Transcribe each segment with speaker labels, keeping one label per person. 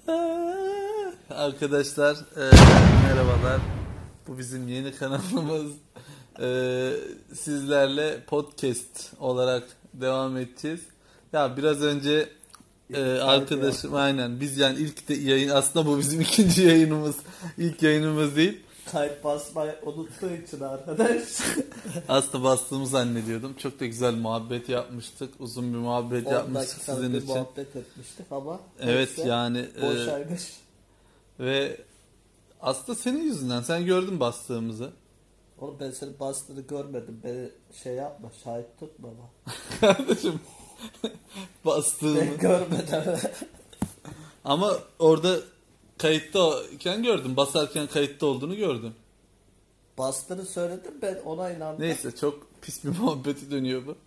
Speaker 1: Arkadaşlar merhabalar. Bu bizim yeni kanalımız. Sizlerle podcast olarak devam edeceğiz. Ya biraz önce arkadaşım aynen biz yani ilk de yayın, aslında bu bizim ikinci yayınımız. İlk yayınımız değil.
Speaker 2: Kayıt basmayı unuttuğu için arkadaş.
Speaker 1: Aslında bastığımı zannediyordum. Çok da güzel muhabbet yapmıştık. Uzun bir muhabbet yapmıştık sizin için.
Speaker 2: Muhabbet etmiştik ama.
Speaker 1: Evet yani.
Speaker 2: Boşaymış.
Speaker 1: Ve aslında senin yüzünden, sen gördün bastığımızı.
Speaker 2: Oğlum ben senin bastığını görmedim. Beni şey yapma, şahit tutma bak.
Speaker 1: Kardeşim bastığımı.
Speaker 2: Ben görmedim.
Speaker 1: Ama orada kayıttayken gördüm. Basarken kayıtta olduğunu gördüm.
Speaker 2: Bastığını söyledim, ben ona inandım.
Speaker 1: Neyse, çok pis bir muhabbeti dönüyor bu.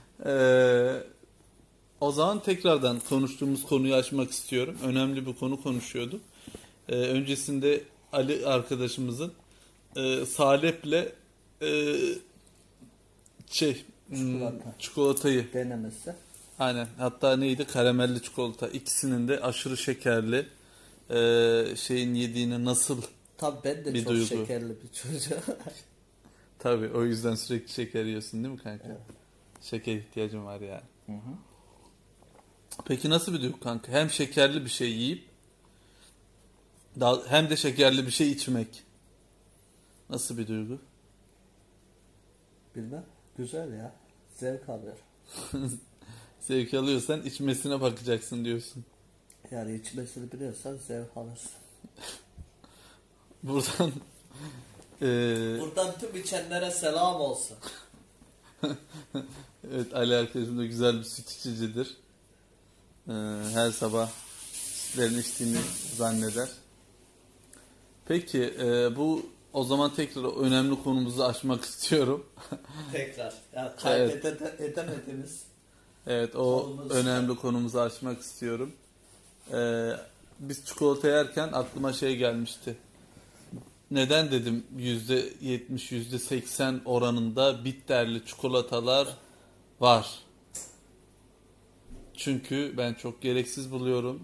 Speaker 1: O zaman tekrardan konuştuğumuz konuyu açmak istiyorum. Önemli bir konu konuşuyorduk. Öncesinde Ali arkadaşımızın Salep'le çikolatayı
Speaker 2: denemesi.
Speaker 1: aynen, hatta neydi, karamelli çikolata, ikisinin de aşırı şekerli şeyin yediğini nasıl
Speaker 2: Tabii ben de
Speaker 1: bir
Speaker 2: çok
Speaker 1: duygu.
Speaker 2: şekerli bir çocuğum.
Speaker 1: Tabii o yüzden sürekli şeker yiyorsun değil mi kanka?
Speaker 2: Evet.
Speaker 1: Şeker ihtiyacım var yani.
Speaker 2: Hı hı.
Speaker 1: Peki nasıl bir duygu kanka? Hem şekerli bir şey yiyip hem de şekerli bir şey içmek. Nasıl bir duygu?
Speaker 2: Bilmem. Güzel ya. Zevk alıyor.
Speaker 1: Zevk alıyorsan içmesine bakacaksın diyorsun.
Speaker 2: Yani içmesini biliyorsan zevk alırsın.
Speaker 1: Buradan
Speaker 2: Buradan tüm içenlere selam olsun.
Speaker 1: evet, Ali arkadaşım da güzel bir süt içicidir. Her sabah sütlerini içtiğini zanneder. Peki bu o zaman tekrar önemli konumuzu açmak istiyorum.
Speaker 2: Tekrar. Yani edemediğimiz.
Speaker 1: Evet, o
Speaker 2: konumuz.
Speaker 1: önemli konumuzu açmak istiyorum. Biz çikolata yerken aklıma şey gelmişti. Neden dedim %70, %80 oranında bitterli çikolatalar var. Çünkü ben çok gereksiz buluyorum.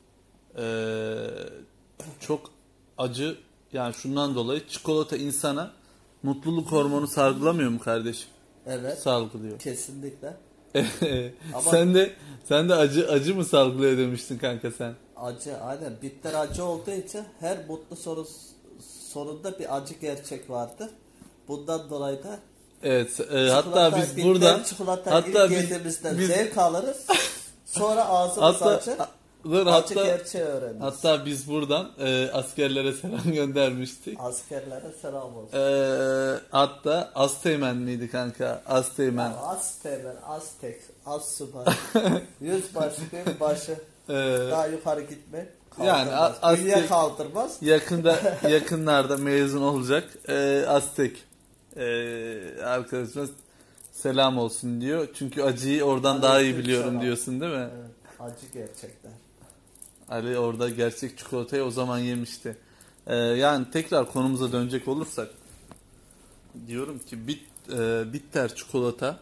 Speaker 1: Çok acı. Yani şundan dolayı, çikolata insana mutluluk hormonu salgılamıyor mu kardeşim?
Speaker 2: Evet.
Speaker 1: Salgılıyor.
Speaker 2: Kesinlikle. Ama
Speaker 1: sen de acı mı salgılıyor demiştin kanka sen?
Speaker 2: acı, aynen. Bitter acı olduğu için her mutlu sonunda bir acı gerçek vardır. Bundan dolayı da
Speaker 1: Evet, hatta biz buradan
Speaker 2: yediğimizden zevk alırız. Sonra ağzımız açır. Acı gerçeği öğreniriz.
Speaker 1: Hatta biz buradan askerlere selam göndermiştik.
Speaker 2: Askerlere selam olsun.
Speaker 1: Hatta Asteğmen miydi kanka? Asteğmen.
Speaker 2: Asteğmen, Aztek, Assubay, yüzbaşı, binbaşı. Daha yukarı gitme.
Speaker 1: Yani
Speaker 2: Dünya kaldırmaz.
Speaker 1: Yakınlarda mezun olacak Aztek arkadaşımız selam olsun diyor. Çünkü acıyı oradan daha iyi biliyorum selam diyorsun değil mi?
Speaker 2: Evet, acı gerçekler.
Speaker 1: Ali orada gerçek çikolatayı o zaman yemişti. Yani tekrar konumuza dönecek olursak, diyorum ki bitter çikolata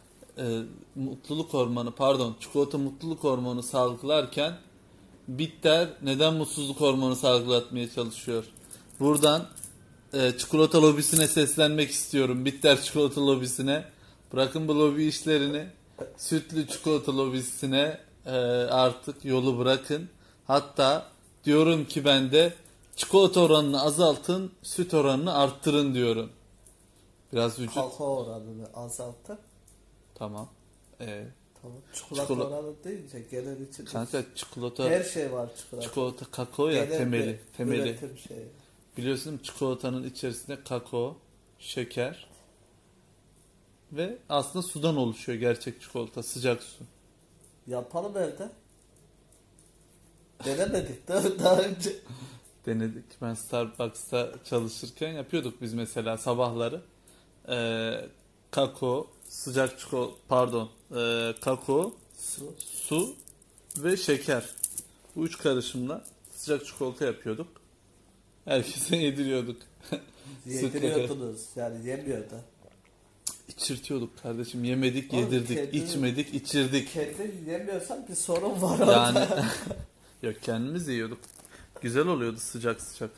Speaker 1: çikolata mutluluk hormonu salgılarken bitter neden mutsuzluk hormonu salgılatmaya çalışıyor? Buradan çikolata lobisine seslenmek istiyorum. Bitter çikolata lobisine. Bırakın bu lobi işlerini. Sütlü çikolata lobisine artık yolu bırakın. Hatta diyorum ki ben de çikolata oranını azaltın, süt oranını arttırın diyorum. Biraz vücut.
Speaker 2: Kakao oranını azaltın.
Speaker 1: Tamam.
Speaker 2: Tamam. Çikolata oranı deyince genel için.
Speaker 1: Kanka çikolata.
Speaker 2: Her şey var çikolata.
Speaker 1: Çikolata kakao ya, temeli.
Speaker 2: Üretim şeyi.
Speaker 1: Biliyorsun çikolatanın içerisinde kakao, şeker ve aslında sudan oluşuyor gerçek çikolata, sıcak su.
Speaker 2: Yapalım evde. Denemedik daha önce.
Speaker 1: Denedik. Ben Starbucks'ta çalışırken yapıyorduk biz mesela sabahları. Kakao, sıcak çikolata, kakao, su ve şeker. Bu üç karışımla sıcak çikolata yapıyorduk. Herkese yediriyorduk.
Speaker 2: Yediriyordunuz yani, yemiyordu.
Speaker 1: İçirtiyorduk kardeşim. Yemedik,
Speaker 2: oğlum,
Speaker 1: yedirdik. İçmedik, içirdik.
Speaker 2: Kendin yemiyorsan bir sorun var
Speaker 1: yani,
Speaker 2: orada.
Speaker 1: Yok, kendimiz yiyorduk. Güzel oluyordu sıcak sıcak.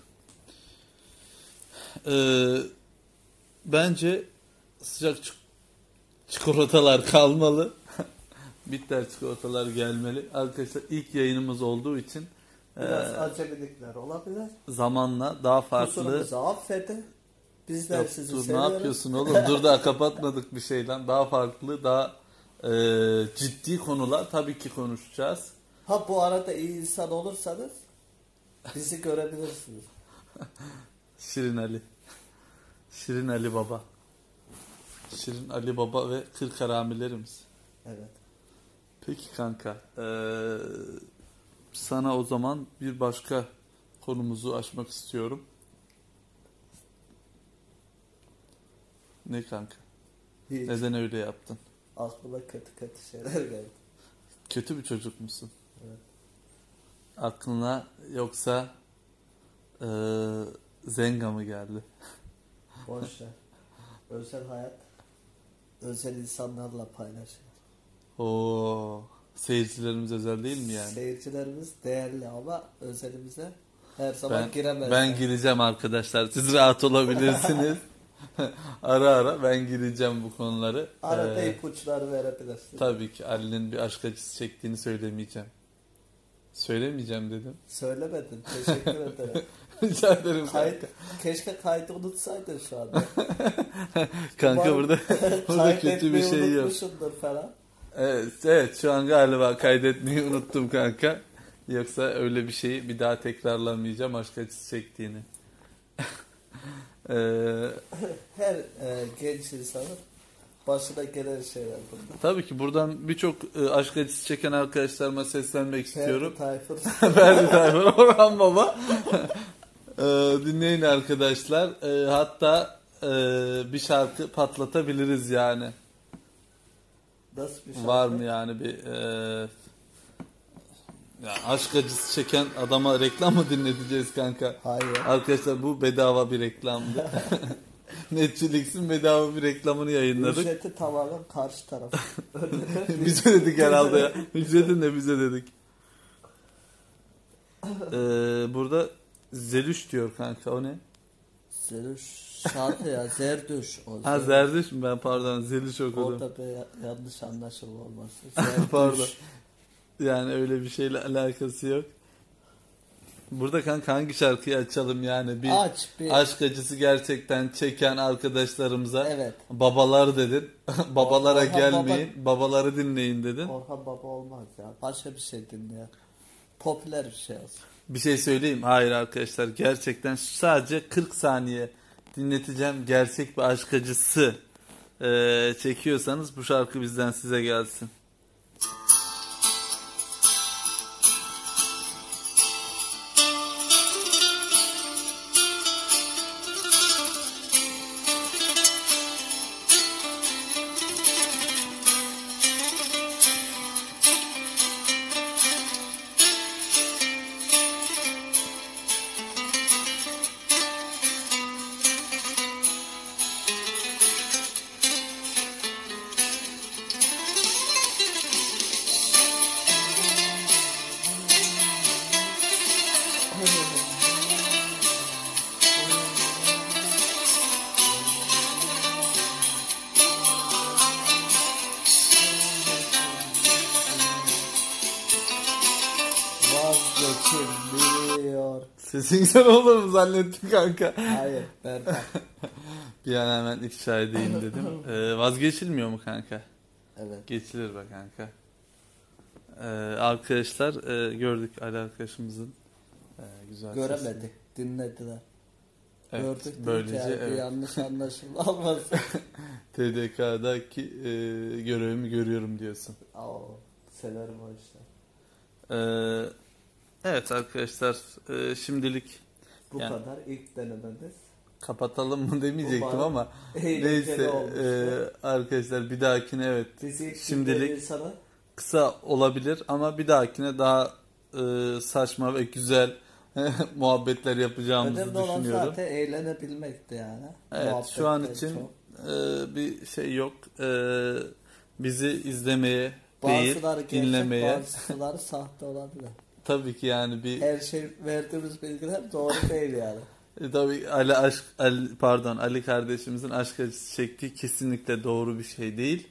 Speaker 1: Bence sıcak çikolatalar kalmalı. Bitter çikolatalar gelmeli. Arkadaşlar ilk yayınımız olduğu için
Speaker 2: Biraz acemilikler olabilir.
Speaker 1: zamanla daha farklı.
Speaker 2: Kusurumuzu affedin. Bizler
Speaker 1: Yok,
Speaker 2: sizi
Speaker 1: dur, ne
Speaker 2: seviyoruz.
Speaker 1: yapıyorsun oğlum? Dur, daha kapatmadık bir şeyden. Daha farklı, daha ciddi konular tabii ki konuşacağız.
Speaker 2: Ha bu arada iyi insan olursanız bizi görebilirsiniz.
Speaker 1: Şirin Ali. Şirin Ali Baba. Şirin Ali Baba ve Kırk Haramilerimiz.
Speaker 2: Evet.
Speaker 1: Peki kanka. Sana o zaman bir başka konumuzu açmak istiyorum. Ne kanka?
Speaker 2: Hiç.
Speaker 1: Neden öyle yaptın?
Speaker 2: Aklıma kötü kötü şeyler geldi.
Speaker 1: Kötü bir çocuk musun?
Speaker 2: Evet.
Speaker 1: Aklına yoksa Zenga mı geldi?
Speaker 2: Boş ver. Özel hayat özel insanlarla paylaşıyor.
Speaker 1: Oo, seyircilerimiz özel değil mi yani?
Speaker 2: Seyircilerimiz değerli ama özelimize her zaman
Speaker 1: Ben
Speaker 2: giremezler.
Speaker 1: gireceğim arkadaşlar. Siz rahat olabilirsiniz. Ara ara ben gireceğim bu konuları.
Speaker 2: Arada ipuçları verebilirsin.
Speaker 1: Tabii ki Ali'nin bir aşk acısı çektiğini söylemeyeceğim. Söylemeyeceğim dedim.
Speaker 2: Söylemedin. Teşekkür ederim.
Speaker 1: Rica ederim
Speaker 2: Kayıt,
Speaker 1: kanka.
Speaker 2: keşke kaydı unutsaydın şu anda.
Speaker 1: Kanka
Speaker 2: Umarım
Speaker 1: burada kötü bir şey yok.
Speaker 2: unutmuşsundur falan.
Speaker 1: Evet, şu an galiba kaydetmeyi unuttum kanka. Yoksa öyle bir şeyi bir daha tekrarlamayacağım aşk acısı çektiğini.
Speaker 2: Her genç insanın başına gelen şeyler bunlar.
Speaker 1: Tabii ki buradan birçok aşk acısı çeken arkadaşlarıma seslenmek istiyorum.
Speaker 2: Tayfur.
Speaker 1: Ferdi Tayfur, Orhan Baba. Dinleyin arkadaşlar. Hatta bir şarkı patlatabiliriz yani.
Speaker 2: Nasıl bir şarkı?
Speaker 1: Var mı yani bir yani aşk acısı çeken adama reklam mı dinleteceğiz kanka?
Speaker 2: Hayır.
Speaker 1: Arkadaşlar bu bedava bir reklamdı. Netflix'in bedava bir reklamını yayınladık.
Speaker 2: Ücreti tamamen karşı taraf.
Speaker 1: Bize dedik herhalde ya. Ücretin de bize dedik. Burada Zelüş diyor kanka, o ne?
Speaker 2: Zelüş şarkı ya, Zerdüş. O
Speaker 1: Ha, Zerdüş mü? Ben pardon Zelüş okudum.
Speaker 2: Orada bir yanlış anlaşılma olması. Zerdüş.
Speaker 1: Pardon. Yani öyle bir şeyle alakası yok. Burada kanka hangi şarkıyı açalım yani? Bir
Speaker 2: Aç bir.
Speaker 1: aşk acısı gerçekten çeken arkadaşlarımıza
Speaker 2: Evet.
Speaker 1: babalar dedin. Babalara
Speaker 2: Orhan
Speaker 1: gelmeyin. Babaları dinleyin dedin.
Speaker 2: Orhan Baba olmaz ya. Başka bir şey dinle. Popüler bir şey olsun.
Speaker 1: Bir şey söyleyeyim. Hayır arkadaşlar, gerçekten sadece 40 saniye dinleteceğim. Gerçek bir aşk acısı çekiyorsanız bu şarkı bizden size gelsin.
Speaker 2: Vazgeçilmiyor.
Speaker 1: Sesin güzel olur mu zannettim kanka?
Speaker 2: Hayır, berbat.
Speaker 1: Bir an hemen ifşa edeyim dedim. Vazgeçilmiyor mu kanka?
Speaker 2: Evet.
Speaker 1: Geçilir be kanka. Arkadaşlar gördük Ali arkadaşımızın güzel sesini.
Speaker 2: Göremedik, dinlediler.
Speaker 1: Evet,
Speaker 2: Gördük
Speaker 1: böylece
Speaker 2: yani bir
Speaker 1: evet.
Speaker 2: yanlış anlaşılma olmasın.
Speaker 1: TDK'daki görevimi görüyorum diyorsun.
Speaker 2: Severim o işler.
Speaker 1: Evet arkadaşlar, şimdilik
Speaker 2: Bu
Speaker 1: yani
Speaker 2: kadar ilk denememiz.
Speaker 1: kapatalım mı demeyecektim
Speaker 2: Umarım
Speaker 1: ama
Speaker 2: eğlenceli
Speaker 1: neyse
Speaker 2: olmuştur.
Speaker 1: arkadaşlar bir dahakine evet
Speaker 2: Bizi ilk
Speaker 1: şimdilik
Speaker 2: insana
Speaker 1: kısa olabilir ama bir dahakine daha saçma ve güzel muhabbetler yapacağımızı
Speaker 2: önemli olan
Speaker 1: düşünüyorum.
Speaker 2: zaten eğlenebilmekti yani.
Speaker 1: Evet, şu an
Speaker 2: Muhabbetler
Speaker 1: için
Speaker 2: çok.
Speaker 1: bir şey yok. Bizi izlemeye
Speaker 2: Bazıları
Speaker 1: değil,
Speaker 2: gerçek,
Speaker 1: dinlemeye.
Speaker 2: bazıları sahte olabilir.
Speaker 1: tabii ki yani bir
Speaker 2: Her şey verdiğimiz bilgiler doğru değil yani.
Speaker 1: tabii Ali kardeşimizin aşk acısı çektiği kesinlikle doğru bir şey değil.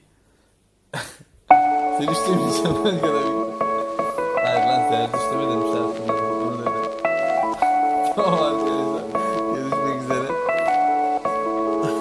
Speaker 1: Sen işte mi? Hayır lan Zerdüşt demedim şarkımda.